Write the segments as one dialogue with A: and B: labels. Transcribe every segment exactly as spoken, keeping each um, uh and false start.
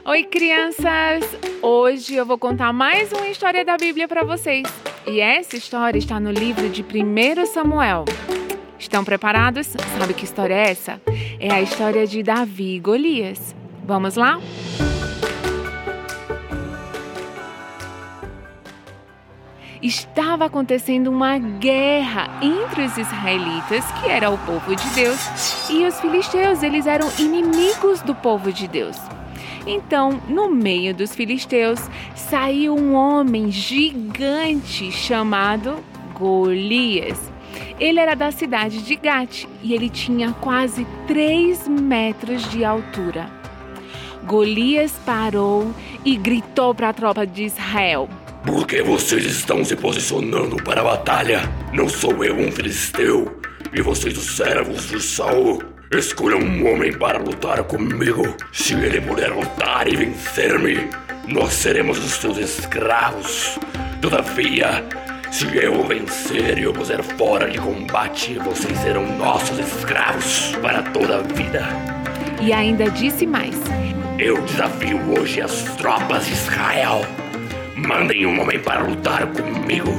A: Oi, crianças! Hoje eu vou contar mais uma história da Bíblia para vocês. E essa história está no livro de primeiro Samuel. Estão preparados? Sabe que história é essa? É a história de Davi e Golias. Vamos lá? Estava acontecendo uma guerra entre os israelitas, que era o povo de Deus, e os filisteus. Eles eram inimigos do povo de Deus. Então, no meio dos filisteus, saiu um homem gigante chamado Golias. Ele era da cidade de Gate e ele tinha quase três metros de altura. Golias parou e gritou para a tropa de Israel:
B: Por que vocês estão se posicionando para a batalha? Não sou eu um filisteu e vocês os servos de Saul. Escolham um homem para lutar comigo. Se ele puder lutar e vencer-me, nós seremos os seus escravos. Todavia, se eu vencer e o puser fora de combate, vocês serão nossos escravos para toda a vida.
A: E ainda disse mais:
B: Eu desafio hoje as tropas de Israel. Mandem um homem para lutar comigo.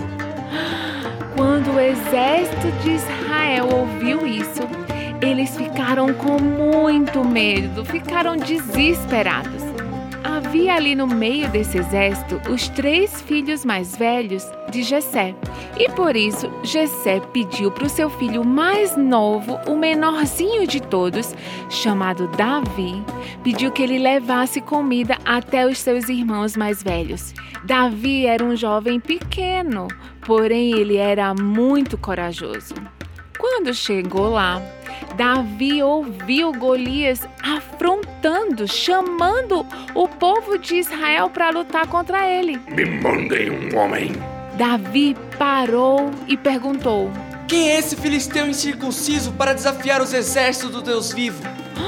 A: Quando o exército de Israel ouviu isso, eles ficaram com muito medo, ficaram desesperados. Havia ali no meio desse exército os três filhos mais velhos de Jessé. E por isso, Jessé pediu para o seu filho mais novo, o menorzinho de todos, chamado Davi, pediu que ele levasse comida até os seus irmãos mais velhos. Davi era um jovem pequeno, porém ele era muito corajoso. Quando chegou lá, Davi ouviu Golias afrontando, chamando o povo de Israel para lutar contra ele.
B: Me mandem um homem.
A: Davi parou e perguntou:
C: Quem é esse filisteu incircunciso para desafiar os exércitos do Deus vivo?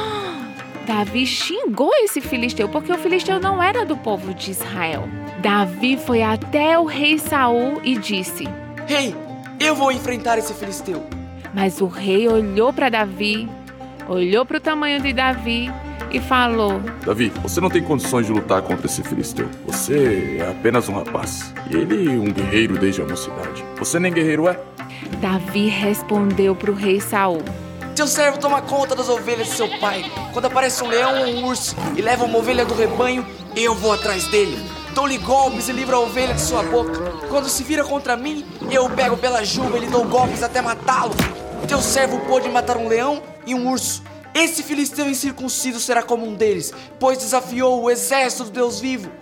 A: Davi xingou esse filisteu, porque o filisteu não era do povo de Israel. Davi foi até o rei Saul e disse:
C: Rei, eu vou enfrentar esse filisteu.
A: Mas o rei olhou para Davi, olhou para o tamanho de Davi e falou:
D: Davi, você não tem condições de lutar contra esse filisteu. Você é apenas um rapaz. E ele um guerreiro desde a mocidade. Você nem guerreiro é?
A: Davi respondeu para o rei Saul:
C: Seu servo toma conta das ovelhas de seu pai. Quando aparece um leão ou um urso e leva uma ovelha do rebanho, eu vou atrás dele. Dou-lhe golpes e livro a ovelha de sua boca. Quando se vira contra mim, eu o pego pela juba e lhe dou golpes até matá-lo. Teu servo pôde matar um leão e um urso. Esse filisteu incircunciso será como um deles, pois desafiou o exército do Deus vivo.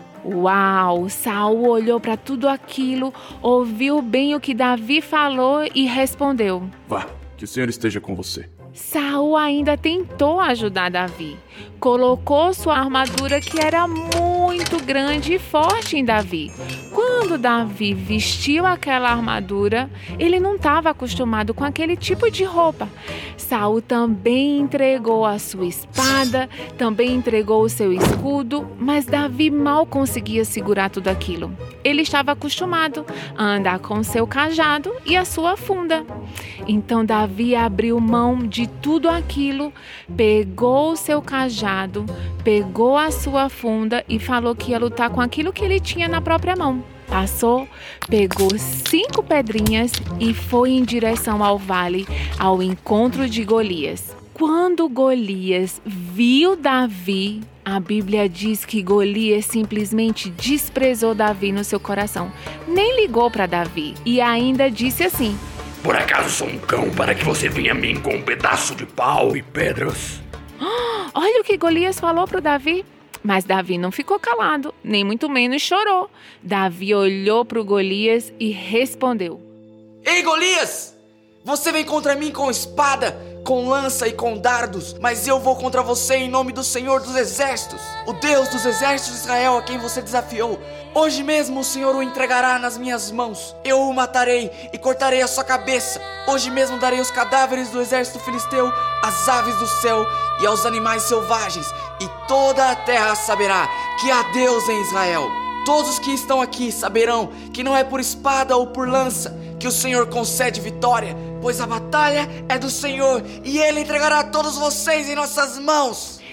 A: Uau! Saul olhou para tudo aquilo, ouviu bem o que Davi falou e respondeu:
D: Vá, que o Senhor esteja com você.
A: Saul ainda tentou ajudar Davi. Colocou sua armadura, que era muito grande e forte, em Davi. Quando Davi vestiu aquela armadura, ele não estava acostumado com aquele tipo de roupa. Saul também entregou a sua espada, também entregou o seu escudo, mas Davi mal conseguia segurar tudo aquilo. Ele estava acostumado a andar com o seu cajado e a sua funda. Então Davi abriu mão de tudo aquilo, pegou o seu cajado, pegou a sua funda e falou que ia lutar com aquilo que ele tinha na própria mão. Passou, pegou cinco pedrinhas e foi em direção ao vale, ao encontro de Golias. Quando Golias viu Davi, a Bíblia diz que Golias simplesmente desprezou Davi no seu coração. Nem ligou para Davi e ainda disse assim:
B: Por acaso sou um cão para que você venha a mim com um pedaço de pau e pedras?
A: Oh, olha o que Golias falou para o Davi. Mas Davi não ficou calado, nem muito menos chorou. Davi olhou para o Golias e respondeu:
C: Ei, Golias! Você vem contra mim com espada, com lança e com dardos, mas eu vou contra você em nome do Senhor dos Exércitos, o Deus dos Exércitos de Israel, a quem você desafiou. Hoje mesmo o Senhor o entregará nas minhas mãos. Eu o matarei e cortarei a sua cabeça. Hoje mesmo darei os cadáveres do exército filisteu às aves do céu e aos animais selvagens, e toda a terra saberá que há Deus em Israel. Todos os que estão aqui saberão que não é por espada ou por lança que o Senhor concede vitória, pois a batalha é do Senhor e Ele entregará todos vocês em nossas mãos.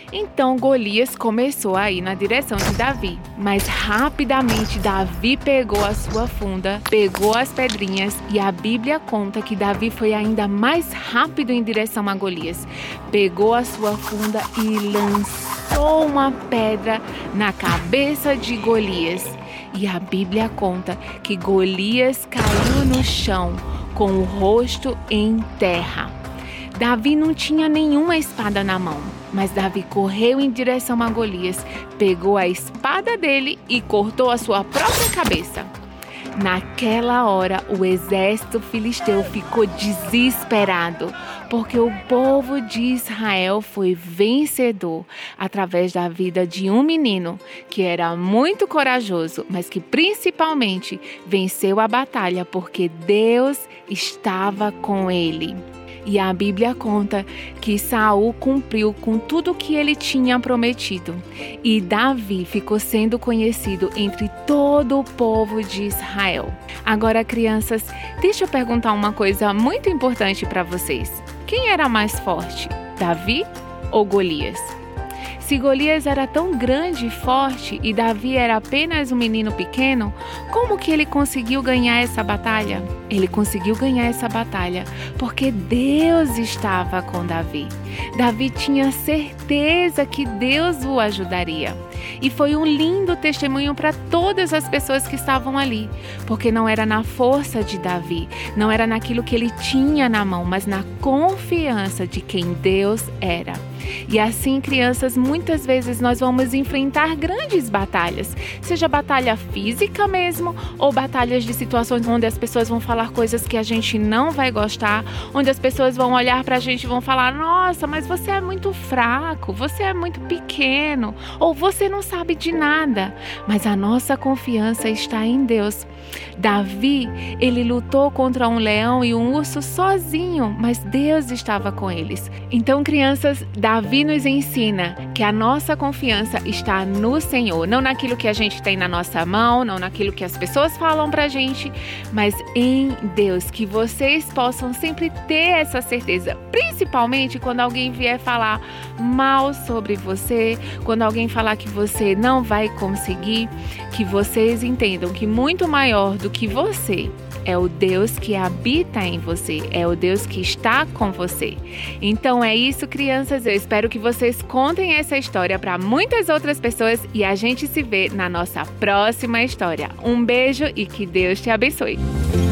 A: Então Golias começou a ir na direção de Davi, mas rapidamente Davi pegou a sua funda, pegou as pedrinhas e a Bíblia conta que Davi foi ainda mais rápido em direção a Golias. Pegou a sua funda e lançou uma pedra na cabeça de Golias. E a Bíblia conta que Golias caiu no chão com o rosto em terra. Davi não tinha nenhuma espada na mão, mas Davi correu em direção a Golias, pegou a espada dele e cortou a sua própria cabeça. Naquela hora, o exército filisteu ficou desesperado, porque o povo de Israel foi vencedor através da vida de um menino que era muito corajoso, mas que principalmente venceu a batalha porque Deus estava com ele. E a Bíblia conta que Saul cumpriu com tudo o que ele tinha prometido. E Davi ficou sendo conhecido entre todo o povo de Israel. Agora, crianças, deixa eu perguntar uma coisa muito importante para vocês. Quem era mais forte, Davi ou Golias? Se Golias era tão grande e forte e Davi era apenas um menino pequeno, como que ele conseguiu ganhar essa batalha? Ele conseguiu ganhar essa batalha porque Deus estava com Davi. Davi tinha certeza que Deus o ajudaria. E foi um lindo testemunho para todas as pessoas que estavam ali, porque não era na força de Davi, não era naquilo que ele tinha na mão, mas na confiança de quem Deus era. E assim, crianças, muitas vezes nós vamos enfrentar grandes batalhas, seja batalha física mesmo, ou batalhas de situações onde as pessoas vão falar coisas que a gente não vai gostar, onde as pessoas vão olhar pra gente e vão falar: nossa, mas você é muito fraco, você é muito pequeno, ou você não sabe de nada. Mas a nossa confiança está em Deus. Davi, ele lutou contra um leão e um urso sozinho, mas Deus estava com eles. Então, crianças, Davi nos ensina que a nossa confiança está no Senhor, não naquilo que a gente tem na nossa mão, não naquilo que as pessoas falam pra gente, mas em Deus, que vocês possam sempre ter essa certeza, principalmente quando alguém vier falar mal sobre você, quando alguém falar que você não vai conseguir, que vocês entendam que muito maior do que você é o Deus que habita em você, é o Deus que está com você. Então é isso, crianças. Eu espero que vocês contem essa história para muitas outras pessoas e a gente se vê na nossa próxima história. Um beijo e que Deus te abençoe.